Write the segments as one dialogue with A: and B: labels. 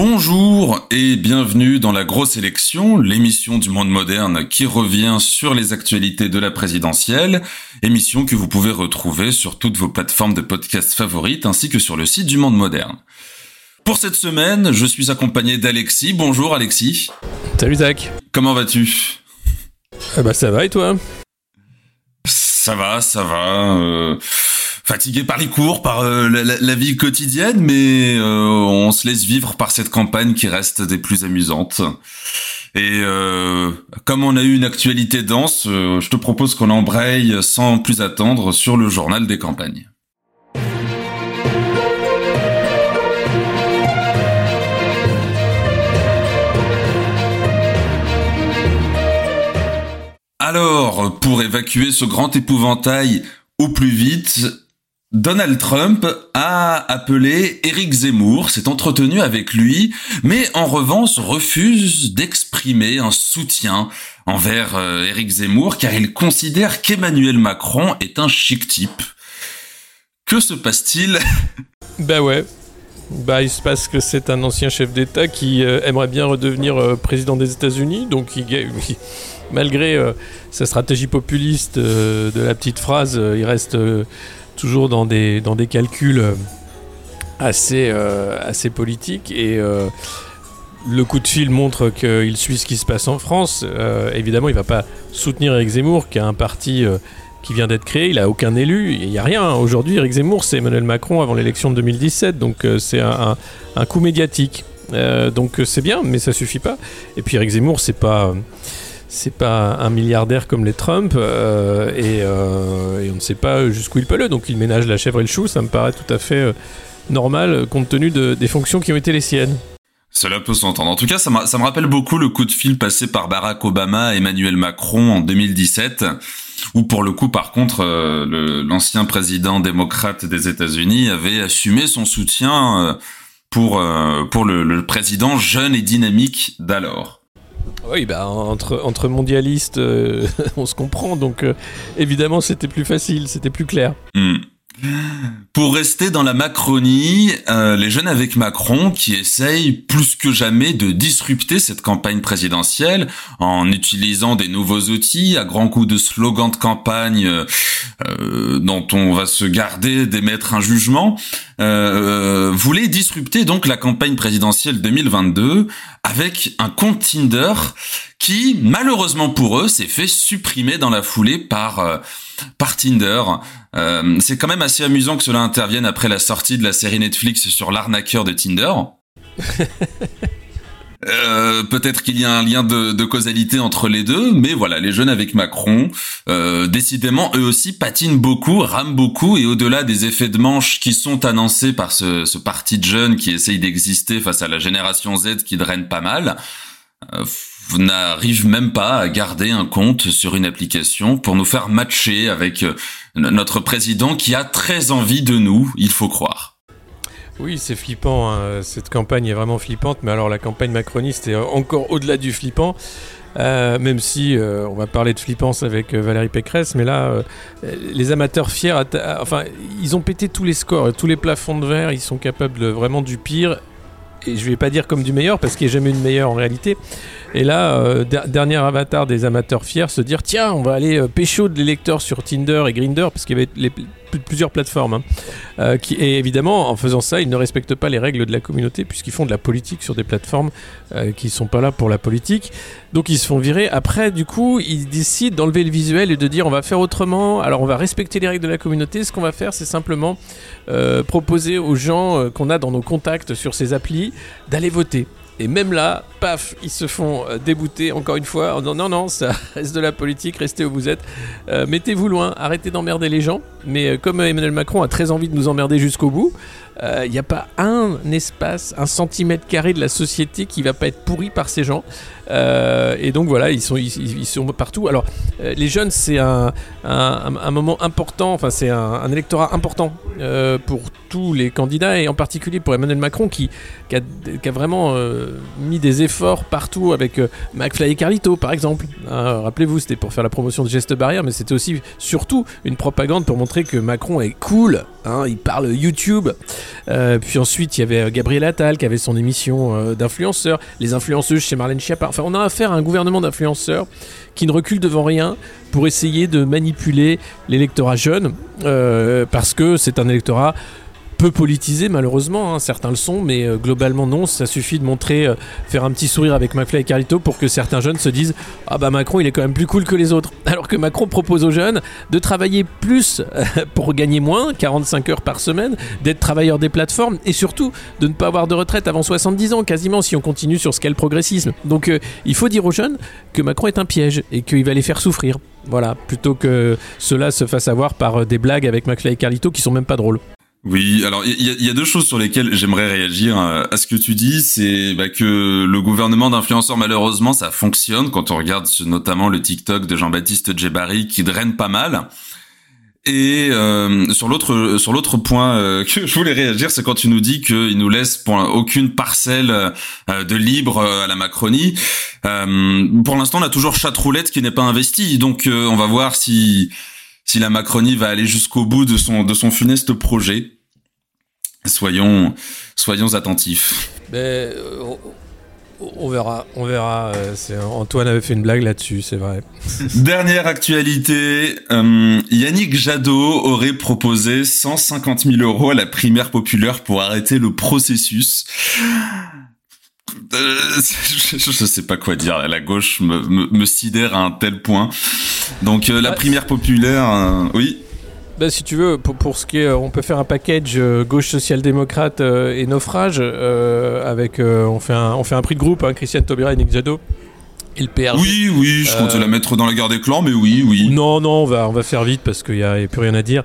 A: Bonjour et bienvenue dans La Grosse Élection, l'émission du monde moderne qui revient sur les actualités de la présidentielle, émission que vous pouvez retrouver sur toutes vos plateformes de podcast favorites ainsi que sur le site du monde moderne. Pour cette semaine, je suis accompagné d'Alexis. Bonjour Alexis.
B: Salut Zach.
A: Comment vas-tu ?
B: Ça va et toi ?
A: Ça va. Fatigué par les cours, par la vie quotidienne, mais on se laisse vivre par cette campagne qui reste des plus amusantes. Et comme on a eu une actualité dense, je te propose qu'on embraye sans plus attendre sur le journal des campagnes. Alors, pour évacuer ce grand épouvantail au plus vite, Donald Trump a appelé Éric Zemmour, s'est entretenu avec lui, mais en revanche refuse d'exprimer un soutien envers Éric Zemmour car il considère qu'Emmanuel Macron est un chic type. Que se passe-t-il ?
B: Il se passe que c'est un ancien chef d'État qui aimerait bien redevenir président des États-Unis, donc malgré sa stratégie populiste de la petite phrase, il reste toujours dans des calculs assez politiques et le coup de fil montre qu'il suit ce qui se passe en France. Évidemment, il ne va pas soutenir Éric Zemmour, qui a un parti qui vient d'être créé, il n'a aucun élu, il n'y a rien. Aujourd'hui, Éric Zemmour, c'est Emmanuel Macron avant l'élection de 2017, donc c'est un coup médiatique. Donc c'est bien, mais ça ne suffit pas. Et puis Éric Zemmour, c'est pas un milliardaire comme les Trump et on ne sait pas jusqu'où il peut aller, donc il ménage la chèvre et le chou. Ça me paraît tout à fait normal compte tenu des fonctions qui ont été les siennes.
A: Cela peut s'entendre. En tout cas, ça me rappelle beaucoup le coup de fil passé par Barack Obama à Emmanuel Macron en 2017, où pour le coup, par contre, l'ancien président démocrate des États-Unis avait assumé son soutien pour le président jeune et dynamique d'alors.
B: Oui, entre mondialistes, on se comprend, donc évidemment c'était plus facile, c'était plus clair.
A: Pour rester dans la Macronie, les jeunes avec Macron qui essayent plus que jamais de disrupter cette campagne présidentielle en utilisant des nouveaux outils à grands coups de slogans de campagne dont on va se garder d'émettre un jugement, voulaient disrupter donc la campagne présidentielle 2022 avec un compte Tinder qui, malheureusement pour eux, s'est fait supprimer dans la foulée par Tinder. C'est quand même assez amusant que cela intervienne après la sortie de la série Netflix sur l'arnaqueur de Tinder. Peut-être qu'il y a un lien de causalité entre les deux, mais voilà, les jeunes avec Macron, décidément, eux aussi patinent beaucoup, rament beaucoup, et au-delà des effets de manche qui sont annoncés par ce parti de jeunes qui essaye d'exister face à la génération Z qui draine pas mal, n'arrive même pas à garder un compte sur une application pour nous faire matcher avec notre président qui a très envie de nous, il faut croire.
B: Oui, c'est flippant, hein. Cette campagne est vraiment flippante, mais alors la campagne macroniste est encore au-delà du flippant, même si on va parler de flippance avec Valérie Pécresse, mais là, les amateurs fiers, ils ont pété tous les scores, tous les plafonds de verre, ils sont capables vraiment du pire, et je vais pas dire comme du meilleur, parce qu'il n'y a jamais eu de meilleur en réalité. Et là, dernier avatar des amateurs fiers, se dire tiens, on va aller pécho des lecteurs sur Tinder et Grindr, parce qu'il y avait plusieurs plateformes, et évidemment, en faisant ça, ils ne respectent pas les règles de la communauté, puisqu'ils font de la politique sur des plateformes qui ne sont pas là pour la politique. Donc ils se font virer. Après, du coup, ils décident d'enlever le visuel et de dire on va faire autrement, alors on va respecter les règles de la communauté. Ce qu'on va faire, c'est simplement proposer aux gens qu'on a dans nos contacts sur ces applis d'aller voter. Et même là, paf, ils se font débouter encore une fois en disant non, ça reste de la politique, restez où vous êtes, mettez-vous loin, arrêtez d'emmerder les gens. Mais comme Emmanuel Macron a très envie de nous emmerder jusqu'au bout, il n'y a pas un espace, un centimètre carré de la société qui ne va pas être pourri par ces gens. Et donc voilà, ils sont partout. Alors les jeunes, c'est un moment important, enfin c'est un électorat important pour tous les candidats et en particulier pour Emmanuel Macron qui a vraiment mis des efforts partout avec McFly et Carlito par exemple. Rappelez-vous, c'était pour faire la promotion de gestes barrières, mais c'était aussi surtout une propagande pour montrer montrer que Macron est cool, hein, il parle YouTube. Puis ensuite, il y avait Gabriel Attal qui avait son émission d'influenceurs, les influenceuses chez Marlène Schiappa. Enfin, on a affaire à un gouvernement d'influenceurs qui ne recule devant rien pour essayer de manipuler l'électorat jeune, parce que c'est un électorat peu politisé malheureusement, hein. Certains le sont, mais globalement non. Ça suffit de montrer, faire un petit sourire avec McFly et Carlito pour que certains jeunes se disent « Ah bah Macron il est quand même plus cool que les autres ». Alors que Macron propose aux jeunes de travailler plus pour gagner moins, 45 heures par semaine, d'être travailleur des plateformes et surtout de ne pas avoir de retraite avant 70 ans quasiment si on continue sur ce qu'est le progressisme. Donc il faut dire aux jeunes que Macron est un piège et qu'il va les faire souffrir. Voilà, plutôt que cela se fasse avoir par des blagues avec McFly et Carlito qui sont même pas drôles.
A: Oui, alors il y a deux choses sur lesquelles j'aimerais réagir à ce que tu dis, c'est que le gouvernement d'influenceurs, malheureusement, ça fonctionne quand on regarde notamment le TikTok de Jean-Baptiste Djebari qui draine pas mal. Et sur l'autre point que je voulais réagir, c'est quand tu nous dis qu'il nous laisse pour aucune parcelle de libre à la Macronie. Pour l'instant, on a toujours Chatroulette qui n'est pas investi, donc on va voir si la Macronie va aller jusqu'au bout de son funeste projet. Soyons attentifs.
B: Mais on verra. Antoine avait fait une blague là-dessus, c'est vrai.
A: Dernière actualité, Yannick Jadot aurait proposé 150 000 € à la primaire populaire pour arrêter le processus. Je sais pas quoi dire. La gauche me sidère à un tel point. Donc la primaire populaire, oui.
B: Bah, si tu veux, pour ce qui est, on peut faire un package gauche social-démocrate et naufrage avec on fait un prix de groupe, hein, Christiane Taubira et Yannick Jadot. Et le PRG.
A: Oui, je comptais la mettre dans la guerre des clans, mais oui.
B: Non, on va faire vite parce qu'il y a plus rien à dire.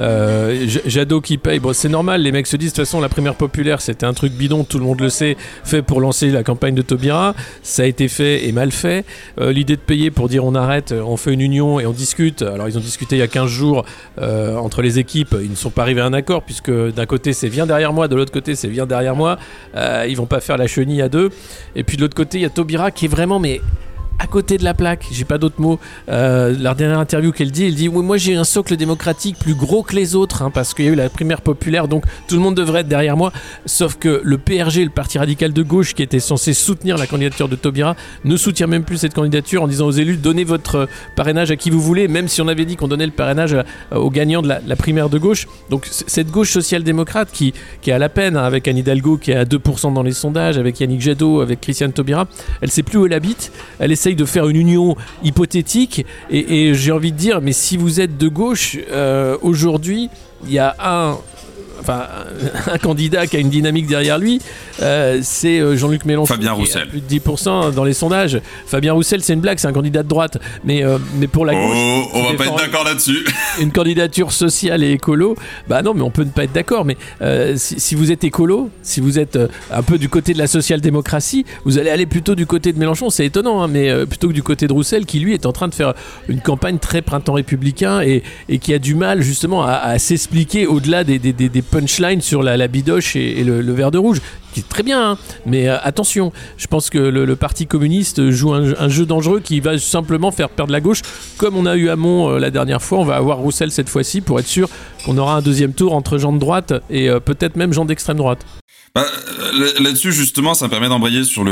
B: Jadot qui paye, bon c'est normal, les mecs se disent de toute façon la primaire populaire c'était un truc bidon, tout le monde le sait, fait pour lancer la campagne de Taubira, ça a été fait et mal fait. L'idée de payer pour dire on arrête, on fait une union et on discute, alors ils ont discuté il y a 15 jours entre les équipes, ils ne sont pas arrivés à un accord puisque d'un côté c'est viens derrière moi, de l'autre côté c'est viens derrière moi, ils vont pas faire la chenille à deux, et puis de l'autre côté il y a Taubira qui est vraiment mais à côté de la plaque, j'ai pas d'autres mots. La dernière interview qu'elle dit, elle dit oui, moi j'ai un socle démocratique plus gros que les autres, hein, parce qu'il y a eu la primaire populaire, donc tout le monde devrait être derrière moi. Sauf que le PRG, le Parti radical de gauche, qui était censé soutenir la candidature de Taubira, ne soutient même plus cette candidature en disant aux élus donnez votre parrainage à qui vous voulez, même si on avait dit qu'on donnait le parrainage aux gagnants de la primaire de gauche. Donc cette gauche social-démocrate qui est à la peine, hein, avec Anne Hidalgo qui est à 2% dans les sondages, avec Yannick Jadot, avec Christiane Taubira, elle sait plus où elle habite, elle essaye de faire une union hypothétique et j'ai envie de dire mais si vous êtes de gauche aujourd'hui il y a un candidat qui a une dynamique derrière lui, c'est Jean-Luc Mélenchon.
A: Fabien Roussel.
B: Plus de 10% dans les sondages. Fabien Roussel, c'est une blague, c'est un candidat de droite. Mais pour la gauche.
A: On va pas être d'accord là-dessus.
B: Une candidature sociale et écolo, bah non, mais on peut ne pas être d'accord. Mais si vous êtes écolo, si vous êtes un peu du côté de la social-démocratie, vous allez aller plutôt du côté de Mélenchon. C'est étonnant, hein, mais plutôt que du côté de Roussel, qui lui est en train de faire une campagne très printemps républicain et qui a du mal justement à s'expliquer au-delà des punchline sur la bidoche et le verre de rouge, qui est très bien, hein, mais attention, je pense que le Parti communiste joue un jeu dangereux qui va simplement faire perdre la gauche, comme on a eu Hamon la dernière fois. On va avoir Roussel cette fois-ci pour être sûr qu'on aura un deuxième tour entre gens de droite et peut-être même gens d'extrême droite.
A: Là-dessus, justement, ça me permet d'embrayer sur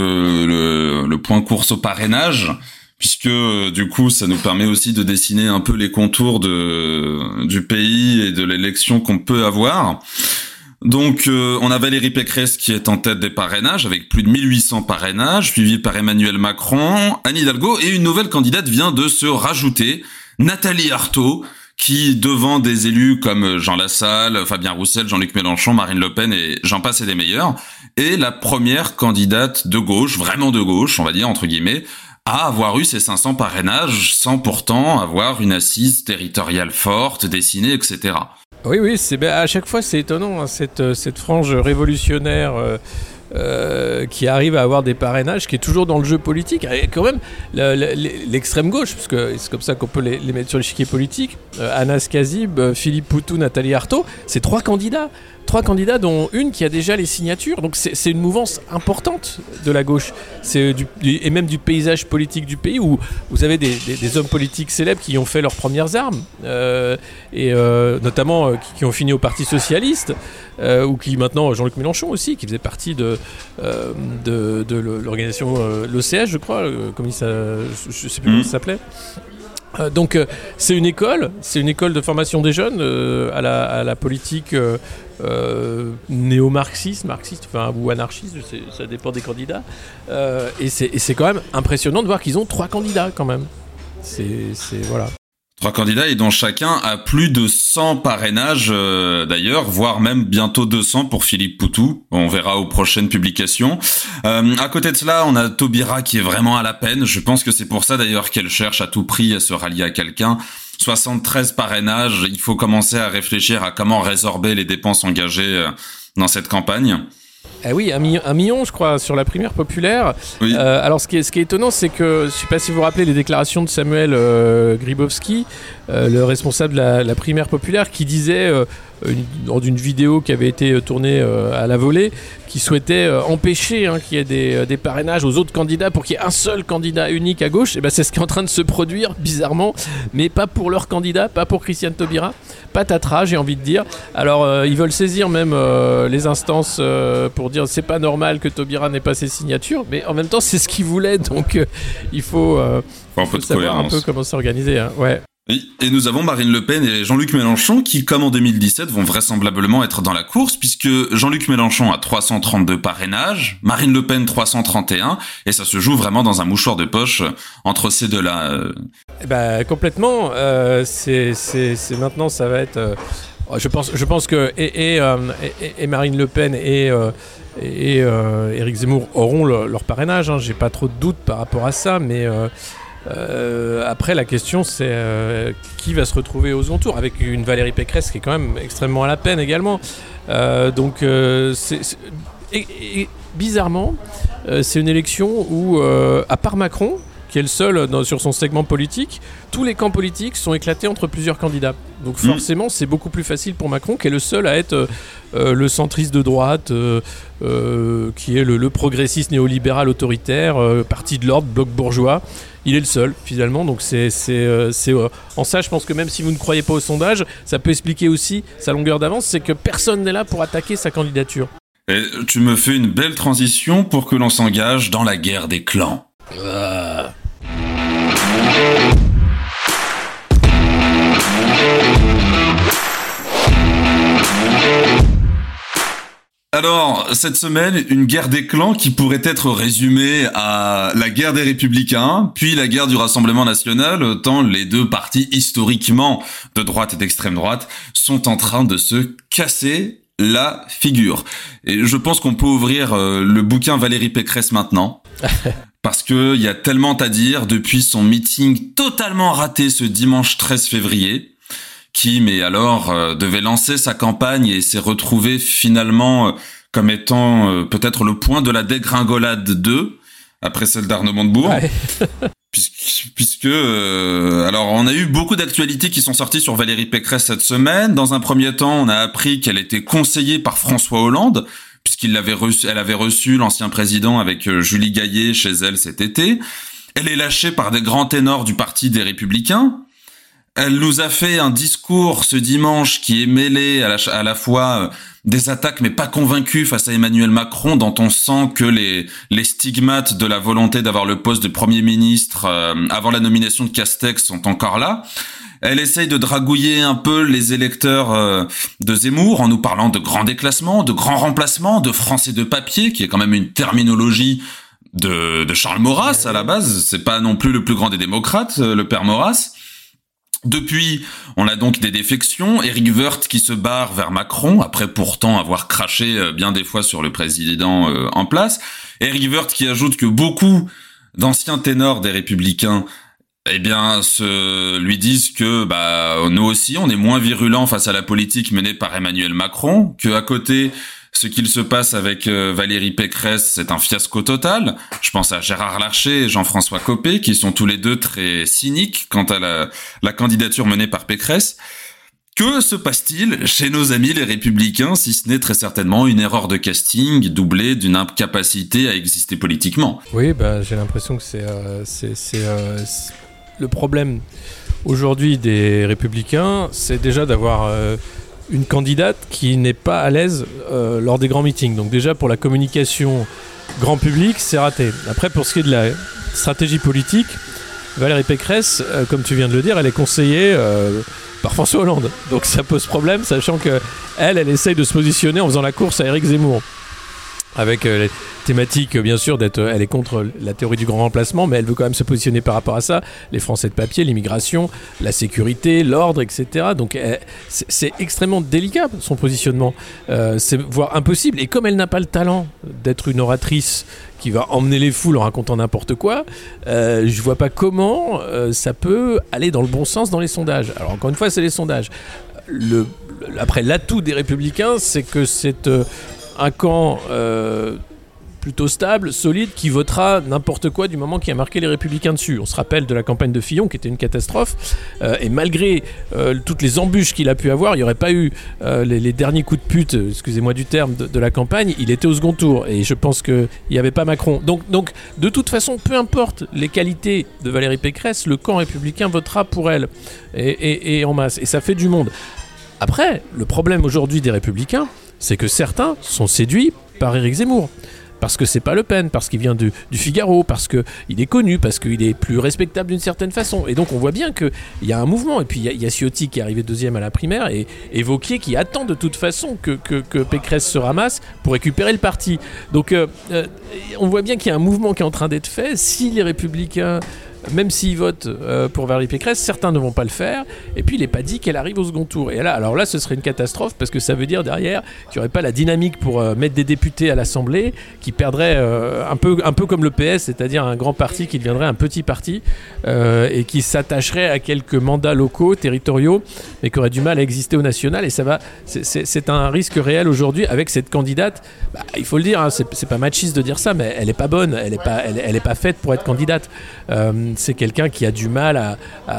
A: le point course au parrainage, puisque du coup ça nous permet aussi de dessiner un peu les contours du pays et de l'élection qu'on peut avoir. Donc on a Valérie Pécresse qui est en tête des parrainages avec plus de 1800 parrainages, suivi par Emmanuel Macron, Anne Hidalgo, et une nouvelle candidate vient de se rajouter, Nathalie Arthaud, qui devant des élus comme Jean Lassalle, Fabien Roussel, Jean-Luc Mélenchon, Marine Le Pen et j'en passe et des meilleurs, est la première candidate de gauche, vraiment de gauche, on va dire entre guillemets, à avoir eu ces 500 parrainages sans pourtant avoir une assise territoriale forte, dessinée, etc.
B: Oui, à chaque fois c'est étonnant, hein, cette frange révolutionnaire qui arrive à avoir des parrainages, qui est toujours dans le jeu politique, et quand même l'extrême gauche, parce que c'est comme ça qu'on peut les mettre sur l'échiquier politique. Anas Kazib, Philippe Poutou, Nathalie Arthaud, c'est trois candidats, dont une qui a déjà les signatures. Donc c'est une mouvance importante de la gauche, et même du paysage politique du pays, où vous avez des hommes politiques célèbres qui ont fait leurs premières armes, notamment qui ont fini au Parti Socialiste, ou qui maintenant, Jean-Luc Mélenchon aussi, qui faisait partie de l'organisation, l'OCH, je crois, je sais plus comment ça s'appelait. Donc c'est une école de formation des jeunes à la politique néo-marxiste, marxiste, ou anarchiste, ça dépend des candidats. Et c'est quand même impressionnant de voir qu'ils ont 3 candidats quand même. Voilà.
A: 3 candidats et dont chacun a plus de 100 parrainages d'ailleurs, voire même bientôt 200 pour Philippe Poutou. On verra aux prochaines publications. À côté de cela, on a Taubira qui est vraiment à la peine. Je pense que c'est pour ça d'ailleurs qu'elle cherche à tout prix à se rallier à quelqu'un. 73 parrainages, il faut commencer à réfléchir à comment résorber les dépenses engagées dans cette campagne.
B: Oui, 1 million, je crois, sur la primaire populaire.
A: Oui.
B: Alors, ce qui est étonnant, c'est que, je ne sais pas si vous vous rappelez les déclarations de Samuel Grybowski, le responsable de la primaire populaire, qui disait, lors d'une vidéo qui avait été tournée à la volée, qui souhaitait empêcher qu'il y ait des parrainages aux autres candidats pour qu'il y ait un seul candidat unique à gauche. Et ben, c'est ce qui est en train de se produire, bizarrement, mais pas pour leur candidat, pas pour Christiane Taubira. Patatras, j'ai envie de dire. Alors, ils veulent saisir même les instances pour dire c'est pas normal que Taubira n'ait pas ses signatures, mais en même temps, c'est ce qu'ils voulaient, donc il faut savoir un peu comment s'organiser. Ouais.
A: Et nous avons Marine Le Pen et Jean-Luc Mélenchon qui, comme en 2017, vont vraisemblablement être dans la course, puisque Jean-Luc Mélenchon a 332 parrainages, Marine Le Pen 331, et ça se joue vraiment dans un mouchoir de poche entre ces deux-là.
B: Complètement. C'est maintenant, ça va être. Je pense que et Marine Le Pen et Éric Zemmour auront leur parrainage. J'ai pas trop de doutes par rapport à ça, mais. Après, la question, c'est qui va se retrouver aux alentours, avec une Valérie Pécresse qui est quand même extrêmement à la peine également. Bizarrement, c'est une élection où, à part Macron, qui est le seul sur son segment politique, tous les camps politiques sont éclatés entre plusieurs candidats. Donc forcément, c'est beaucoup plus facile pour Macron, qui est le seul à être le centriste de droite, qui est le progressiste néolibéral autoritaire, parti de l'ordre, bloc bourgeois. Il est le seul, finalement. Donc en ça, je pense que même si vous ne croyez pas au sondage, ça peut expliquer aussi sa longueur d'avance, c'est que personne n'est là pour attaquer sa candidature.
A: Et tu me fais une belle transition pour que l'on s'engage dans la guerre des clans. Alors, cette semaine, une guerre des clans qui pourrait être résumée à la guerre des Républicains, puis la guerre du Rassemblement National, tant les deux partis historiquement de droite et d'extrême droite sont en train de se casser la figure. Et je pense qu'on peut ouvrir le bouquin Valérie Pécresse maintenant. Parce que il y a tellement à dire depuis son meeting totalement raté ce dimanche 13 février, qui, devait lancer sa campagne et s'est retrouvé finalement comme étant peut-être le point de la dégringolade 2, après celle d'Arnaud Montebourg. Ouais. Puisque alors on a eu beaucoup d'actualités qui sont sorties sur Valérie Pécresse cette semaine. Dans un premier temps, on a appris qu'elle était conseillée par François Hollande, puisqu'elle avait reçu l'ancien président avec Julie Gaillet chez elle cet été. Elle est lâchée par des grands ténors du Parti des Républicains. Elle nous a fait un discours ce dimanche qui est mêlé à la fois des attaques mais pas convaincues face à Emmanuel Macron, dont on sent que les stigmates de la volonté d'avoir le poste de Premier ministre avant la nomination de Castex sont encore là. Elle essaye de dragouiller un peu les électeurs de Zemmour en nous parlant de grands déclassements, de grands remplacements, de français de papier, qui est quand même une terminologie de Charles Maurras à la base. C'est pas non plus le plus grand des démocrates, le père Maurras. Depuis, on a donc des défections. Éric Woerth qui se barre vers Macron, après pourtant avoir craché bien des fois sur le président en place. Éric Woerth qui ajoute que beaucoup d'anciens ténors des Républicains lui disent que nous aussi on est moins virulents face à la politique menée par Emmanuel Macron, que à côté Ce qu'il se passe avec Valérie Pécresse, c'est un fiasco total. Je pense à Gérard Larcher et Jean-François Copé, qui sont tous les deux très cyniques quant à la candidature menée par Pécresse. Que se passe-t-il chez nos amis les Républicains, si ce n'est très certainement une erreur de casting doublée d'une incapacité à exister politiquement?
B: Oui, j'ai l'impression que c'est le problème aujourd'hui des Républicains, c'est déjà d'avoir une candidate qui n'est pas à l'aise lors des grands meetings. Donc déjà pour la communication grand public, c'est raté. Après, pour ce qui est de la stratégie politique, Valérie Pécresse, comme tu viens de le dire, elle est conseillée par François Hollande. Donc ça pose problème, sachant qu'elle essaye de se positionner en faisant la course à Éric Zemmour. Avec les thématiques, bien sûr, elle est contre la théorie du grand remplacement, mais elle veut quand même se positionner par rapport à ça. Les Français de papier, l'immigration, la sécurité, l'ordre, etc. Donc c'est extrêmement délicat, son positionnement. C'est voire impossible. Et comme elle n'a pas le talent d'être une oratrice qui va emmener les foules en racontant n'importe quoi, je vois pas comment ça peut aller dans le bon sens dans les sondages. Alors encore une fois, c'est les sondages. Après, l'atout des Républicains, c'est que c'est un camp plutôt stable, solide, qui votera n'importe quoi du moment qu'il y a marqué les Républicains dessus. On se rappelle de la campagne de Fillon qui était une catastrophe, et malgré toutes les embûches qu'il a pu avoir, il n'y aurait pas eu les derniers coups de pute, excusez-moi du terme, de la campagne, il était au second tour, et je pense qu'il n'y avait pas Macron. Donc de toute façon, peu importe les qualités de Valérie Pécresse, le camp républicain votera pour elle, et en masse, et ça fait du monde. Après, le problème aujourd'hui des Républicains, c'est que certains sont séduits par Éric Zemmour. Parce que c'est pas Le Pen, parce qu'il vient du Figaro, parce qu'il est connu, parce qu'il est plus respectable d'une certaine façon. Et donc on voit bien qu'il y a un mouvement. Et puis il y a Ciotti qui est arrivé deuxième à la primaire et Wauquiez qui attend de toute façon que Pécresse se ramasse pour récupérer le parti. Donc on voit bien qu'il y a un mouvement qui est en train d'être fait. Si les Républicains, même s'ils votent pour Valérie Pécresse, certains ne vont pas le faire. Et puis il n'est pas dit qu'elle arrive au second tour. Et là, alors là, ce serait une catastrophe parce que ça veut dire derrière qu'il n'y aurait pas la dynamique pour mettre des députés à l'Assemblée qui perdraient un peu comme le PS, c'est-à-dire un grand parti qui deviendrait un petit parti et qui s'attacherait à quelques mandats locaux, territoriaux, mais qui aurait du mal à exister au national. Et c'est un risque réel aujourd'hui avec cette candidate. Il faut le dire, hein, c'est pas machiste de dire ça, mais elle n'est pas bonne, elle n'est pas faite pour être candidate. C'est quelqu'un qui a du mal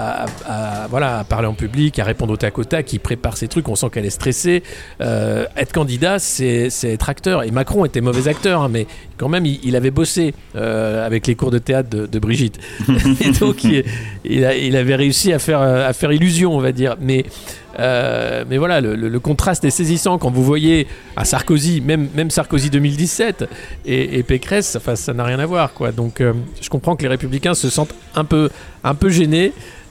B: à parler en public, à répondre au tac au tac, qui prépare ses trucs, on sent qu'elle est stressée. Être candidat, c'est être acteur. Et Macron était mauvais acteur, hein, mais quand même, il avait bossé avec les cours de théâtre de Brigitte. Et donc, il avait réussi à faire illusion, on va dire. Mais voilà, le contraste est saisissant quand vous voyez à Sarkozy, même Sarkozy 2017 et Pécresse, ça n'a rien à voir, quoi. Donc je comprends que les Républicains se sentent un peu gênés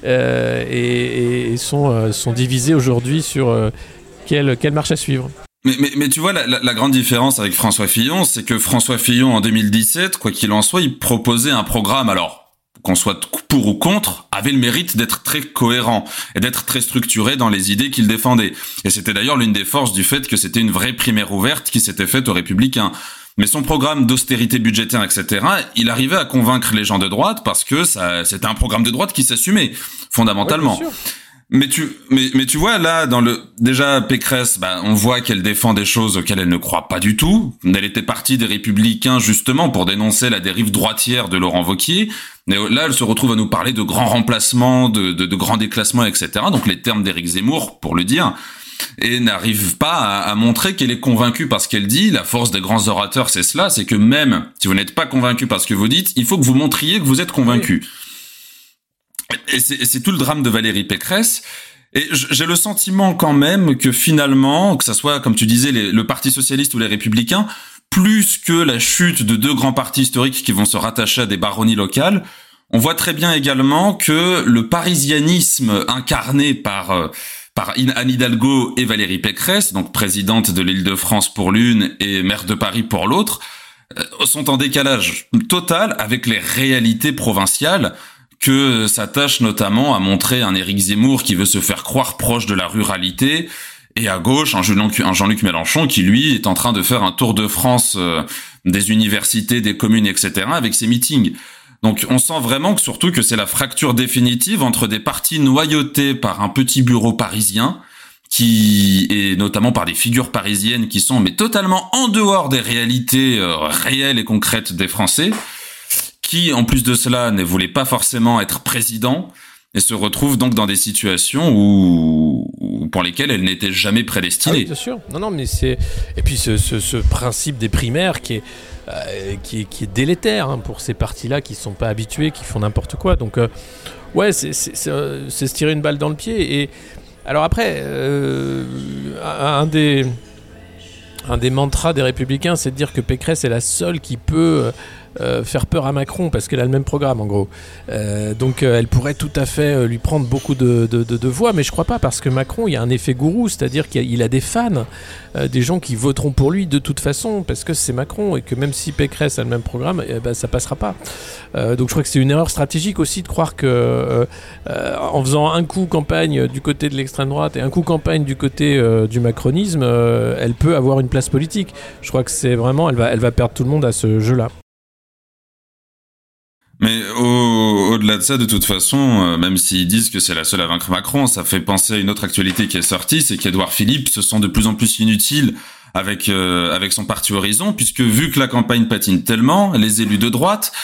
B: et sont divisés aujourd'hui sur quelle marche à suivre.
A: Mais tu vois, la grande différence avec François Fillon, c'est que François Fillon en 2017, quoi qu'il en soit, il proposait un programme, alors qu'on soit pour ou contre, avait le mérite d'être très cohérent et d'être très structuré dans les idées qu'il défendait. Et c'était d'ailleurs l'une des forces du fait que c'était une vraie primaire ouverte qui s'était faite aux Républicains. Mais son programme d'austérité budgétaire, etc., il arrivait à convaincre les gens de droite parce que c'était un programme de droite qui s'assumait, fondamentalement. Ouais, mais tu vois, là, déjà, Pécresse, on voit qu'elle défend des choses auxquelles elle ne croit pas du tout. Elle était partie des Républicains, justement, pour dénoncer la dérive droitière de Laurent Wauquiez. Mais là, elle se retrouve à nous parler de grands remplacements, de grands déclassements, etc. Donc, les termes d'Éric Zemmour, pour le dire. Et n'arrive pas à montrer qu'elle est convaincue par ce qu'elle dit. La force des grands orateurs, c'est cela. C'est que même si vous n'êtes pas convaincu par ce que vous dites, il faut que vous montriez que vous êtes convaincu. Oui. Et c'est tout le drame de Valérie Pécresse. Et j'ai le sentiment quand même que finalement, que ça soit, comme tu disais, le Parti Socialiste ou les Républicains, plus que la chute de deux grands partis historiques qui vont se rattacher à des baronnies locales, on voit très bien également que le parisianisme incarné par Anne Hidalgo et Valérie Pécresse, donc présidente de l'Île-de-France pour l'une et maire de Paris pour l'autre, sont en décalage total avec les réalités provinciales que s'attache notamment à montrer un Éric Zemmour qui veut se faire croire proche de la ruralité, et à gauche un Jean-Luc Mélenchon qui lui est en train de faire un tour de France des universités, des communes, etc. avec ses meetings. Donc on sent vraiment que c'est la fracture définitive entre des partis noyautés par un petit bureau parisien et notamment par des figures parisiennes qui sont mais totalement en dehors des réalités réelles et concrètes des Français, qui en plus de cela ne voulaient pas forcément être président et se retrouvent donc dans des situations pour lesquelles elles n'étaient jamais prédestinées.
B: Ah oui, bien sûr. Non, mais c'est et puis ce principe des primaires qui est délétère pour ces partis-là qui sont pas habitués, qui font n'importe quoi. Donc ouais, c'est se tirer une balle dans le pied. Et alors après, un des mantras des Républicains, c'est de dire que Pécresse est la seule qui peut faire peur à Macron parce qu'elle a le même programme en gros. Donc elle pourrait tout à fait lui prendre beaucoup de voix, mais je crois pas, parce que Macron, il y a un effet gourou, c'est-à-dire qu'il a des fans, des gens qui voteront pour lui de toute façon parce que c'est Macron, et que même si Pécresse a le même programme, ça passera pas. Donc je crois que c'est une erreur stratégique aussi de croire que en faisant un coup campagne du côté de l'extrême droite et un coup campagne du côté du macronisme, elle peut avoir une place politique. Je crois que c'est vraiment, elle va perdre tout le monde à ce jeu-là.
A: Mais au-delà de ça, de toute façon, même s'ils disent que c'est la seule à vaincre Macron, ça fait penser à une autre actualité qui est sortie, c'est qu'Édouard Philippe se sent de plus en plus inutile avec son parti Horizon, puisque vu que la campagne patine tellement, les élus de droite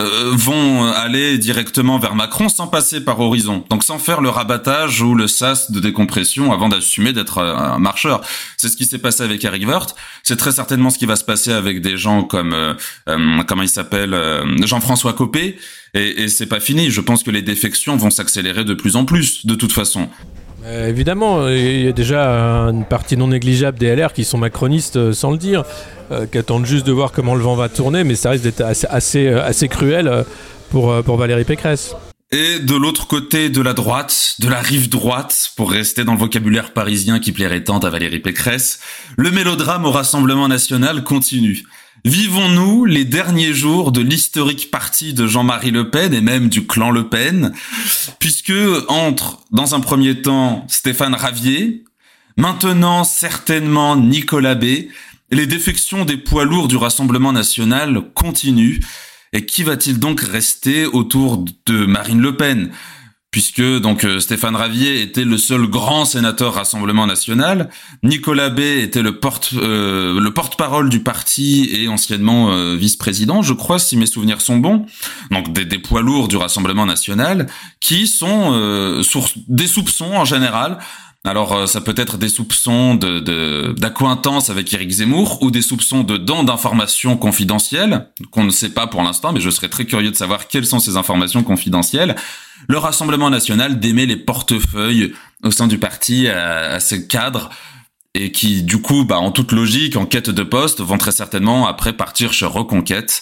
A: vont aller directement vers Macron sans passer par Horizon, donc sans faire le rabattage ou le sas de décompression avant d'assumer d'être un marcheur. C'est ce qui s'est passé avec Éric Woerth, c'est très certainement ce qui va se passer avec des gens comme comment il s'appelle, Jean-François Copé, et c'est pas fini. Je pense que les défections vont s'accélérer de plus en plus, de toute façon.
B: Évidemment, il y a déjà une partie non négligeable des LR qui sont macronistes sans le dire, qui attendent juste de voir comment le vent va tourner, mais ça risque d'être assez cruel pour Valérie Pécresse.
A: Et de l'autre côté de la droite, de la rive droite, pour rester dans le vocabulaire parisien qui plairait tant à Valérie Pécresse, le mélodrame au Rassemblement national continue. Vivons-nous les derniers jours de l'historique parti de Jean-Marie Le Pen et même du clan Le Pen, puisque entre, dans un premier temps, Stéphane Ravier, maintenant certainement Nicolas B, les défections des poids lourds du Rassemblement national continuent. Et qui va-t-il donc rester autour de Marine Le Pen ? Puisque donc Stéphane Ravier était le seul grand sénateur Rassemblement national, Nicolas B était le porte-parole du parti et anciennement vice-président, je crois, si mes souvenirs sont bons. Donc des poids lourds du Rassemblement national qui sont source des soupçons en général. Alors ça peut être des soupçons d'accointance avec Éric Zemmour ou des soupçons de dons d'informations confidentielles qu'on ne sait pas pour l'instant, mais je serais très curieux de savoir quelles sont ces informations confidentielles. Le Rassemblement national démet les portefeuilles au sein du parti à ces cadres et qui, du coup, en toute logique, en quête de poste, vont très certainement après partir chez Reconquête.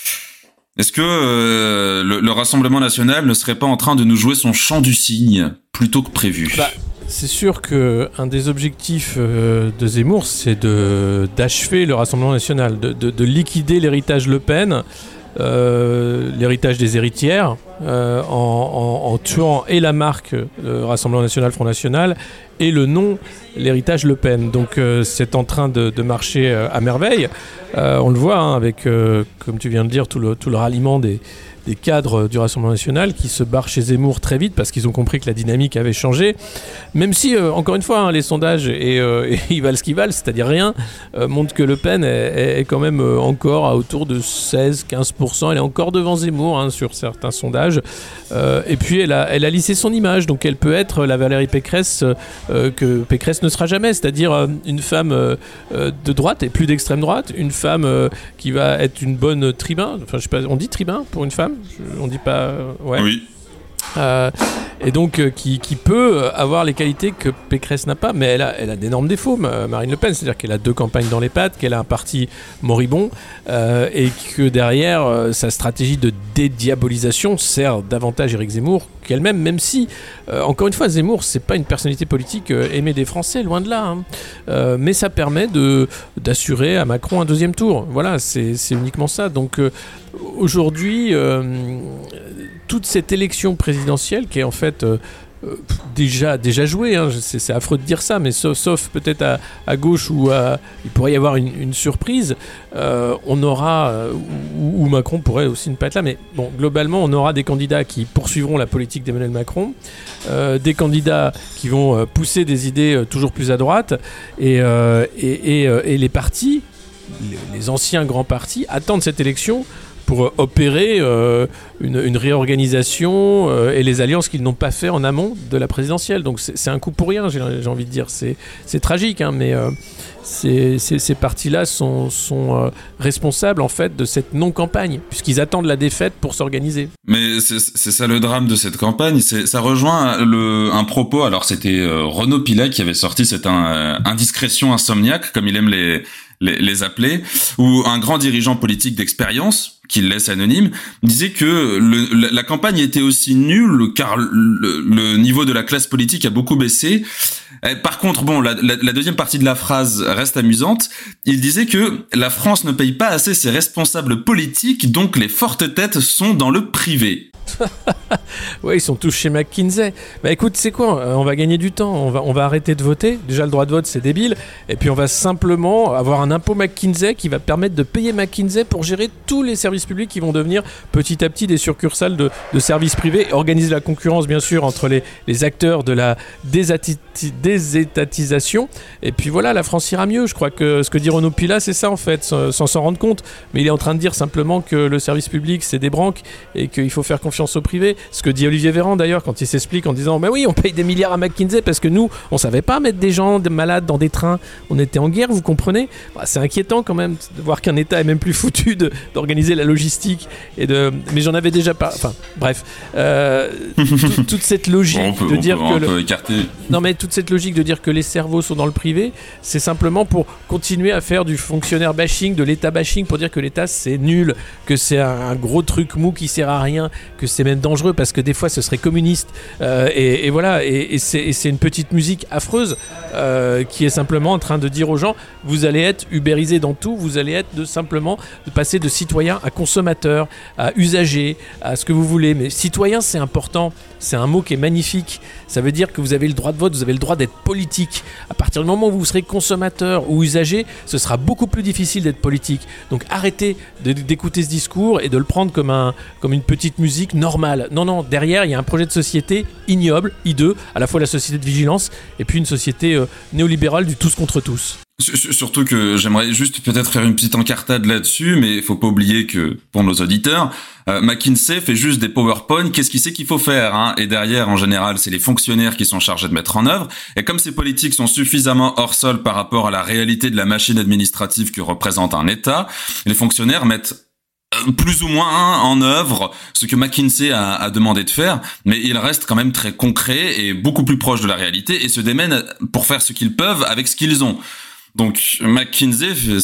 A: Est-ce que le Rassemblement national ne serait pas en train de nous jouer son chant du cygne plutôt que prévu ?
B: C'est sûr qu'un des objectifs de Zemmour, c'est d'achever le Rassemblement national, de liquider l'héritage Le Pen, l'héritage des héritières, en tuant et la marque Rassemblement national, Front national, et le nom, l'héritage Le Pen. Donc c'est en train de marcher à merveille. On le voit avec, comme tu viens de dire, tout le ralliement des cadres du Rassemblement national qui se barrent chez Zemmour très vite parce qu'ils ont compris que la dynamique avait changé, même si encore une fois les sondages et ils valent ce qu'ils valent, c'est-à-dire rien, montrent que Le Pen est quand même encore à autour de 16-15%, elle est encore devant Zemmour sur certains sondages, et puis elle a lissé son image, donc elle peut être la Valérie Pécresse que Pécresse ne sera jamais, c'est-à-dire une femme de droite et plus d'extrême droite, une femme qui va être une bonne tribun, enfin je sais pas, on dit tribun pour une femme? On dit pas... ouais.
A: Oui.
B: Et donc qui peut avoir les qualités que Pécresse n'a pas, mais elle a d'énormes défauts, Marine Le Pen, c'est-à-dire qu'elle a 2 campagnes dans les pattes, qu'elle a un parti moribond, et que derrière sa stratégie de dédiabolisation sert davantage Éric Zemmour qu'elle-même, même si, encore une fois, Zemmour, c'est pas une personnalité politique aimée des Français, loin de là, mais ça permet d'assurer à Macron un 2e tour. Voilà, c'est uniquement ça. Donc aujourd'hui, toute cette élection présidentielle qui est en fait déjà joué, hein. C'est affreux de dire ça, mais sauf peut-être à gauche où il pourrait y avoir une surprise, on aura, ou Macron pourrait aussi ne pas être là, mais bon, globalement, on aura des candidats qui poursuivront la politique d'Emmanuel Macron, des candidats qui vont pousser des idées toujours plus à droite, et les partis, les anciens grands partis, attendent cette élection pour opérer une réorganisation et les alliances qu'ils n'ont pas fait en amont de la présidentielle. Donc c'est un coup pour rien, j'ai envie de dire. C'est tragique, hein, mais ces partis-là sont responsables en fait de cette non-campagne, puisqu'ils attendent la défaite pour s'organiser.
A: Mais c'est ça le drame de cette campagne. Ça rejoint un propos. Alors c'était Renaud Pilet qui avait sorti cette indiscrétion insomniaque, comme il aime les appeler, où un grand dirigeant politique d'expérience, qu'il laisse anonyme, disait que la campagne était aussi nulle car le niveau de la classe politique a beaucoup baissé. Par contre, bon, la deuxième partie de la phrase reste amusante. Il disait que la France ne paye pas assez ses responsables politiques, donc les fortes têtes sont dans le privé.
B: Ouais, ils sont tous chez McKinsey. Bah écoute, c'est quoi, on va gagner du temps, on va arrêter de voter. Déjà, le droit de vote, c'est débile. Et puis, on va simplement avoir un impôt McKinsey qui va permettre de payer McKinsey pour gérer tous les services publics qui vont devenir petit à petit des succursales de services privés. Et organiser la concurrence, bien sûr, entre les acteurs de la désétatisation. Et puis voilà, la France ira mieux. Je crois que ce que dit Renaud Pilat, c'est ça, en fait, sans s'en rendre compte. Mais il est en train de dire simplement que le service public, c'est des branques et qu'il faut faire confiance au privé. Ce que dit Olivier Véran d'ailleurs quand il s'explique en disant oui, on paye des milliards à McKinsey parce que nous on savait pas mettre des gens malades dans des trains, on était en guerre, vous comprenez. C'est inquiétant quand même de voir qu'un État est même plus foutu d'organiser la logistique mais j'en avais déjà pas, enfin bref, toute cette logique de dire que toute cette logique de dire que les cerveaux sont dans le privé, c'est simplement pour continuer à faire du fonctionnaire bashing, de l'État bashing, pour dire que l'État c'est nul, que c'est un gros truc mou qui sert à rien, que c'est même dangereux parce que des fois ce serait communiste, et voilà, et c'est une petite musique affreuse qui est simplement en train de dire aux gens vous allez être ubérisés dans tout, vous allez être simplement de passer de citoyen à consommateur, à usager, à ce que vous voulez. Mais citoyen, c'est important, c'est un mot qui est magnifique, ça veut dire que vous avez le droit de vote, vous avez le droit d'être politique. À partir du moment où vous serez consommateur ou usager, ce sera beaucoup plus difficile d'être politique. Donc arrêtez d'écouter ce discours et de le prendre comme une petite musique normale. Non, derrière il y a un projet de société ignoble, hideux, à la fois la société de vigilance et puis une société néolibérale du tous contre tous.
A: Surtout que j'aimerais juste peut-être faire une petite encartade là-dessus, mais il faut pas oublier que, pour nos auditeurs, McKinsey fait juste des PowerPoint, qu'est-ce qu'il sait qu'il faut faire, hein. Et derrière, en général, c'est les fonctionnaires qui sont chargés de mettre en œuvre. Et comme ces politiques sont suffisamment hors sol par rapport à la réalité de la machine administrative que représente un État, les fonctionnaires mettent plus ou moins en œuvre ce que McKinsey a demandé de faire, mais il reste quand même très concret et beaucoup plus proche de la réalité et se démènent pour faire ce qu'ils peuvent avec ce qu'ils ont. Donc McKinsey,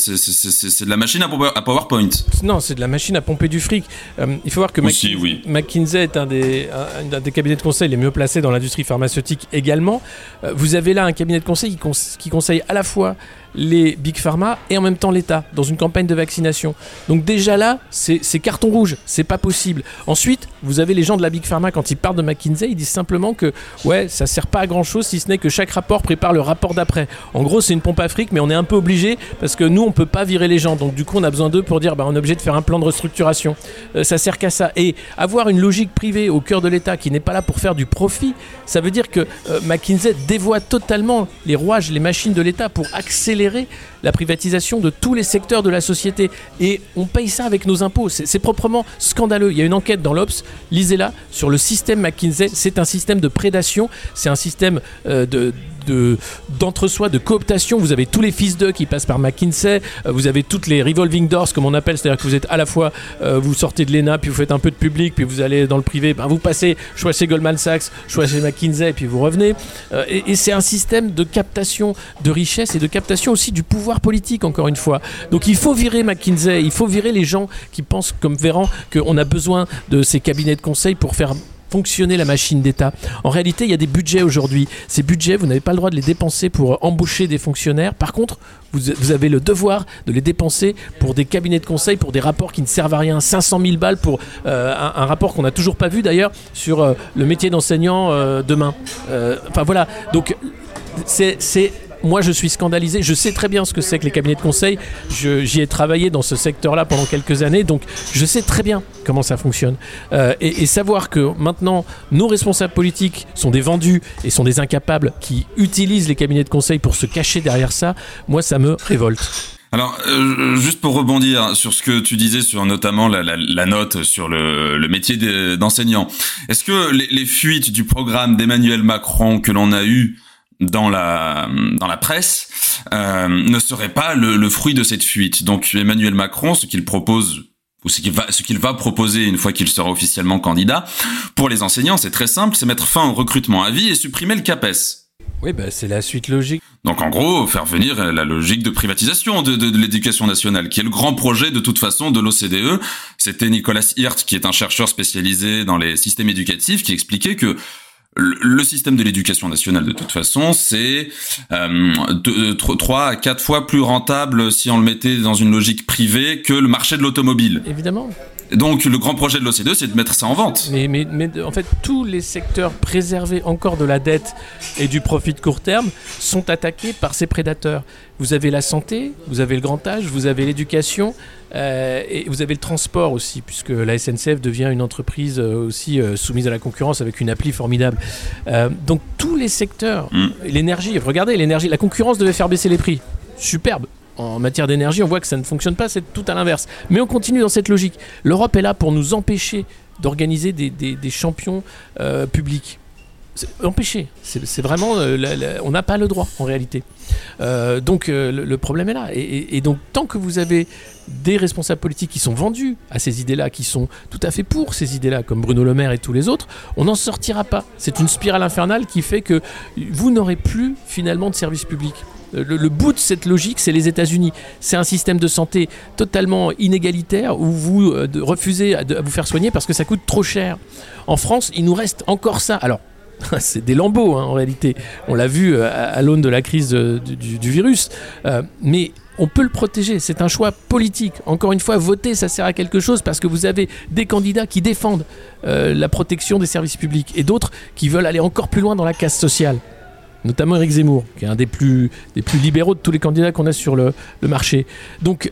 A: c'est de la machine à PowerPoint.
B: Non, c'est de la machine à pomper du fric. Il faut voir que McKinsey est un des cabinets de conseil les mieux placés dans l'industrie pharmaceutique également. Vous avez là un cabinet de conseil qui conseille à la fois les Big Pharma et en même temps l'État dans une campagne de vaccination. Donc déjà là, c'est carton rouge, c'est pas possible. Ensuite, vous avez les gens de la Big Pharma, quand ils parlent de McKinsey, ils disent simplement que ouais, ça sert pas à grand chose si ce n'est que chaque rapport prépare le rapport d'après. En gros, c'est une pompe à fric, mais on est un peu obligé parce que nous, on peut pas virer les gens. Donc du coup, on a besoin d'eux pour dire on est obligé de faire un plan de restructuration. Ça sert qu'à ça. Et avoir une logique privée au cœur de l'État qui n'est pas là pour faire du profit, ça veut dire que McKinsey dévoie totalement les rouages, les machines de l'État pour accélérer la privatisation de tous les secteurs de la société. Et on paye ça avec nos impôts. C'est proprement scandaleux. Il y a une enquête dans l'Obs, lisez-la, sur le système McKinsey. C'est un système de prédation, c'est un système d'entre-soi, de cooptation. Vous avez tous les fils d'eux qui passent par McKinsey, vous avez toutes les revolving doors comme on appelle, c'est-à-dire que vous êtes à la fois vous sortez de l'ENA, puis vous faites un peu de public, puis vous allez dans le privé, vous passez, choisissez Goldman Sachs, choisissez McKinsey, puis vous revenez, et c'est un système de captation de richesse et de captation aussi du pouvoir politique, encore une fois. Donc il faut virer McKinsey, il faut virer les gens qui pensent comme Véran qu'on a besoin de ces cabinets de conseil pour faire
C: fonctionner la machine d'État. En réalité, il y a des budgets aujourd'hui. Ces budgets, vous n'avez pas le droit de les dépenser pour embaucher des fonctionnaires. Par contre, vous avez le devoir de les dépenser pour des cabinets de conseil, pour des rapports qui ne servent à rien. 500 000 balles pour un rapport qu'on n'a toujours pas vu d'ailleurs sur le métier d'enseignant demain. Enfin voilà, donc moi, je suis scandalisé. Je sais très bien ce que c'est que les cabinets de conseil. J'y ai travaillé dans ce secteur-là pendant quelques années, donc je sais très bien comment ça fonctionne. Et savoir que maintenant, nos responsables politiques sont des vendus et sont des incapables qui utilisent les cabinets de conseil pour se cacher derrière ça, moi, ça me révolte.
A: Alors, juste pour rebondir sur ce que tu disais sur notamment la note sur le métier d'enseignant, est-ce que les fuites du programme d'Emmanuel Macron que l'on a eu dans la presse ne serait pas le fruit de cette fuite? Donc Emmanuel Macron, ce qu'il propose ou ce qu'il va proposer une fois qu'il sera officiellement candidat pour les enseignants, c'est très simple, c'est mettre fin au recrutement à vie et supprimer le CAPES.
C: Oui, c'est la suite logique.
A: Donc en gros, faire venir la logique de privatisation de l'éducation nationale, qui est le grand projet de toute façon de l'OCDE. C'était Nicolas Hirt, qui est un chercheur spécialisé dans les systèmes éducatifs, qui expliquait que le système de l'éducation nationale, de toute façon, c'est 3 à 4 fois plus rentable si on le mettait dans une logique privée que le marché de l'automobile.
C: Évidemment.
A: Donc le grand projet de l'OCDE, c'est de mettre ça en vente.
C: Mais en fait, tous les secteurs préservés encore de la dette et du profit de court terme sont attaqués par ces prédateurs. Vous avez la santé, vous avez le grand âge, vous avez l'éducation et vous avez le transport aussi, puisque la SNCF devient une entreprise aussi soumise à la concurrence avec une appli formidable. Donc tous les secteurs, l'énergie, regardez l'énergie, la concurrence devait faire baisser les prix. Superbe. En matière d'énergie, on voit que ça ne fonctionne pas, c'est tout à l'inverse. Mais on continue dans cette logique. L'Europe est là pour nous empêcher d'organiser des champions publics. Empêcher. C'est vraiment... on n'a pas le droit, en réalité. Donc, le problème est là. Et donc, tant que vous avez des responsables politiques qui sont vendus à ces idées-là, qui sont tout à fait pour ces idées-là, comme Bruno Le Maire et tous les autres, on n'en sortira pas. C'est une spirale infernale qui fait que vous n'aurez plus, finalement, de service public. Le bout de cette logique, c'est les États-Unis. C'est un système de santé totalement inégalitaire où vous refusez à vous faire soigner parce que ça coûte trop cher. En France, il nous reste encore ça. Alors, c'est des lambeaux en réalité. On l'a vu à l'aune de la crise du virus. Mais on peut le protéger. C'est un choix politique. Encore une fois, voter, ça sert à quelque chose parce que vous avez des candidats qui défendent la protection des services publics et d'autres qui veulent aller encore plus loin dans la casse sociale. Notamment Éric Zemmour, qui est un des plus libéraux de tous les candidats qu'on a sur le marché. Donc,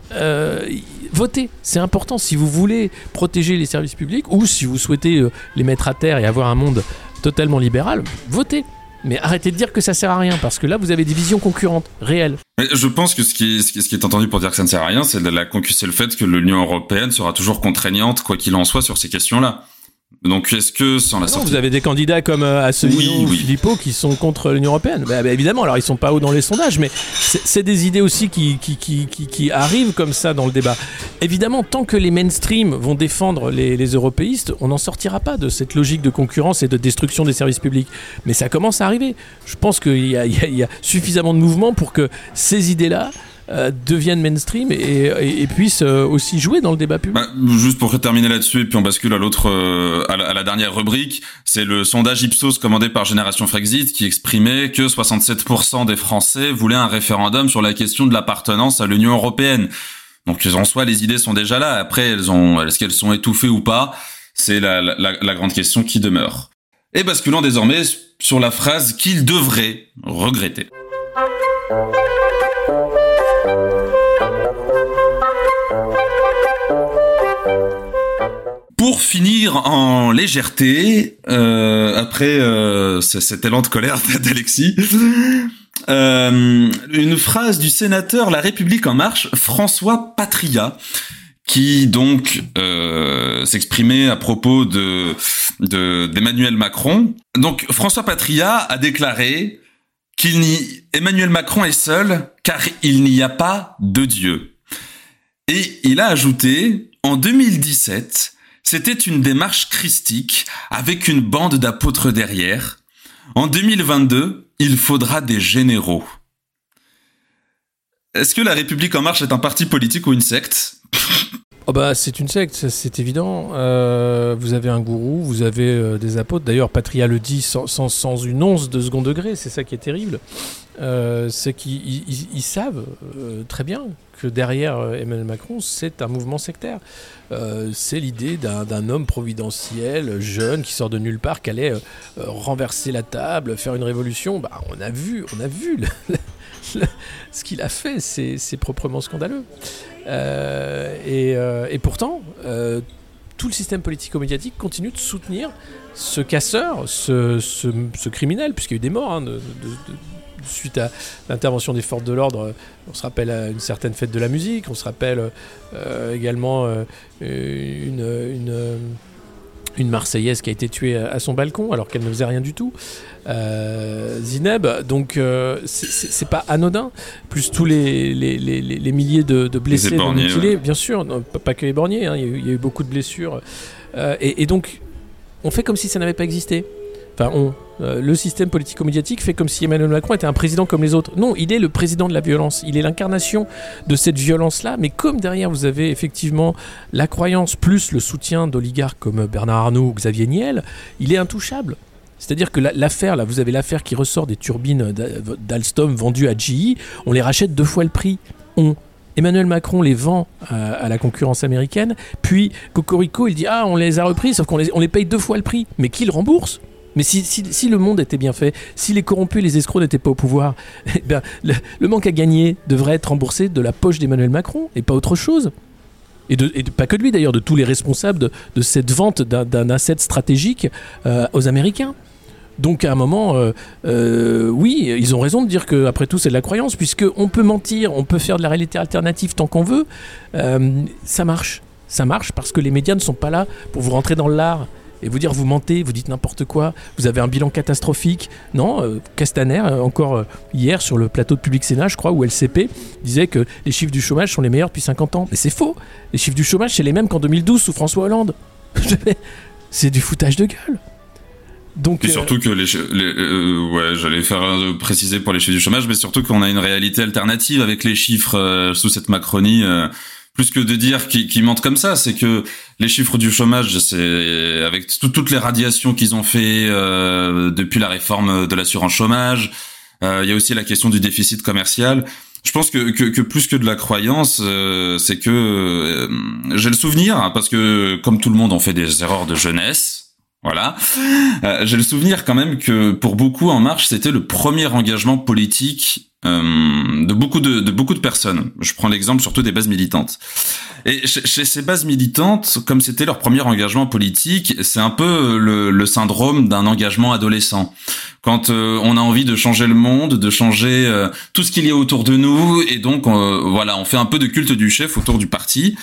C: votez, c'est important si vous voulez protéger les services publics ou si vous souhaitez les mettre à terre et avoir un monde totalement libéral, votez. Mais arrêtez de dire que ça sert à rien, parce que là, vous avez des visions concurrentes, réelles.
A: Mais je pense que ce qui est entendu pour dire que ça ne sert à rien, c'est le fait que l'Union européenne sera toujours contraignante, quoi qu'il en soit, sur ces questions-là. Donc, est-ce que sans la sortie...
C: Vous avez des candidats comme Asselineau ou Philippot qui sont contre l'Union européenne. Évidemment, alors ils sont pas hauts dans les sondages, mais c'est des idées aussi qui arrivent comme ça dans le débat. Évidemment, tant que les mainstream vont défendre les européistes, on n'en sortira pas de cette logique de concurrence et de destruction des services publics. Mais ça commence à arriver. Je pense qu'il y a suffisamment de mouvements pour que ces idées-là deviennent mainstream et puissent aussi jouer dans le débat public.
A: Juste pour terminer là-dessus, et puis on bascule à l'autre, à la dernière rubrique, c'est le sondage Ipsos commandé par Génération Frexit qui exprimait que 67% des Français voulaient un référendum sur la question de l'appartenance à l'Union européenne. Donc en soi, les idées sont déjà là. Après, est-ce qu'elles sont étouffées ou pas? C'est la grande question qui demeure. Et basculons désormais sur la phrase qu'il devrait regretter. Pour finir en légèreté, après cet élan de colère d'Alexis, une phrase du sénateur La République En Marche, François Patriat, qui donc s'exprimait à propos d'Emmanuel Macron. Donc François Patriat a déclaré Emmanuel Macron est seul car il n'y a pas de Dieu. Et il a ajouté, en 2017, c'était une démarche christique avec une bande d'apôtres derrière. En 2022, il faudra des généraux. Est-ce que La République En Marche est un parti politique ou une secte ?
C: Oh bah, c'est une secte, ça, c'est évident. Vous avez un gourou, vous avez des apôtres. D'ailleurs, Patria le dit sans une once de second degré, c'est ça qui est terrible. C'est qu'ils savent très bien que derrière Emmanuel Macron, c'est un mouvement sectaire. C'est l'idée d'un homme providentiel, jeune, qui sort de nulle part, qui allait renverser la table, faire une révolution. Bah, on a vu ce qu'il a fait, c'est proprement scandaleux. Et pourtant, tout le système politico-médiatique continue de soutenir ce casseur, ce criminel, puisqu'il y a eu des morts suite à l'intervention des forces de l'ordre. On se rappelle une certaine fête de la musique, on se rappelle également une Marseillaise qui a été tuée à son balcon alors qu'elle ne faisait rien du tout. Zineb, donc c'est pas anodin, plus tous les milliers de blessés, de mutilés, bien sûr, non, pas que les borniers, hein, il y a eu beaucoup de blessures, et donc on fait comme si ça n'avait pas existé. Enfin, le système politico-médiatique fait comme si Emmanuel Macron était un président comme les autres. Non, il est le président de la violence. Il est l'incarnation de cette violence-là. Mais comme derrière, vous avez effectivement la croyance plus le soutien d'oligarques comme Bernard Arnault ou Xavier Niel, il est intouchable. C'est-à-dire que l'affaire, là, vous avez l'affaire qui ressort des turbines d'Alstom vendues à GE, on les rachète 2 fois le prix. Emmanuel Macron les vend à la concurrence américaine, puis Cocorico, il dit « Ah, on les a reprises, sauf qu'on les paye 2 fois le prix. » Mais qui le rembourse ? Mais si le monde était bien fait, si les corrompus et les escrocs n'étaient pas au pouvoir, eh bien, le manque à gagner devrait être remboursé de la poche d'Emmanuel Macron et pas autre chose. Et pas que de lui d'ailleurs, de tous les responsables de cette vente d'un asset stratégique aux Américains. Donc à un moment, oui, ils ont raison de dire qu'après tout c'est de la croyance, puisqu'on peut mentir, on peut faire de la réalité alternative tant qu'on veut, ça marche. Ça marche parce que les médias ne sont pas là pour vous rentrer dans l'art et vous dire vous mentez, vous dites n'importe quoi, vous avez un bilan catastrophique. Non, Castaner, encore hier sur le plateau de Public Sénat, je crois, ou LCP, disait que les chiffres du chômage sont les meilleurs depuis 50 ans. Mais c'est faux. Les chiffres du chômage, c'est les mêmes qu'en 2012 sous François Hollande. C'est du foutage de gueule. Donc,
A: et surtout que j'allais faire préciser pour les chiffres du chômage, mais surtout qu'on a une réalité alternative avec les chiffres sous cette Macronie. Plus que de dire qu'ils mentent comme ça, c'est que les chiffres du chômage, c'est avec toutes les radiations qu'ils ont fait depuis la réforme de l'assurance chômage. Il y a aussi la question du déficit commercial. Je pense que plus que de la croyance, c'est que j'ai le souvenir, hein, parce que comme tout le monde, on fait des erreurs de jeunesse. Voilà. J'ai le souvenir quand même que pour beaucoup En Marche, c'était le premier engagement politique de beaucoup de personnes. Je prends l'exemple surtout des bases militantes. Et chez ces bases militantes, comme c'était leur premier engagement politique, c'est un peu le syndrome d'un engagement adolescent. Quand on a envie de changer le monde, de changer tout ce qu'il y a autour de nous, et donc voilà, on fait un peu de culte du chef autour du parti.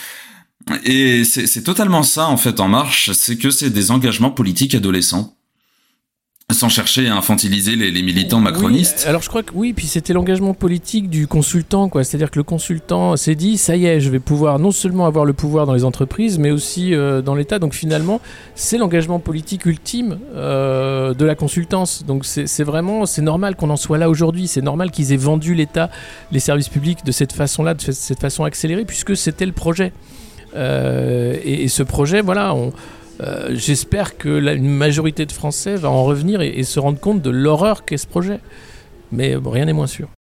A: Et c'est totalement ça en fait En Marche, c'est que c'est des engagements politiques adolescents, sans chercher à infantiliser les militants macronistes.
C: Oui, alors je crois que oui, puis c'était l'engagement politique du consultant, quoi. C'est-à-dire que le consultant s'est dit, ça y est, je vais pouvoir non seulement avoir le pouvoir dans les entreprises, mais aussi dans l'État. Donc finalement, c'est l'engagement politique ultime de la consultance. Donc c'est normal qu'on en soit là aujourd'hui. C'est normal qu'ils aient vendu l'État, les services publics de cette façon-là, de cette façon accélérée, puisque c'était le projet. Et ce projet, voilà, j'espère que une majorité de Français va en revenir et se rendre compte de l'horreur qu'est ce projet. Mais bon, rien n'est moins sûr.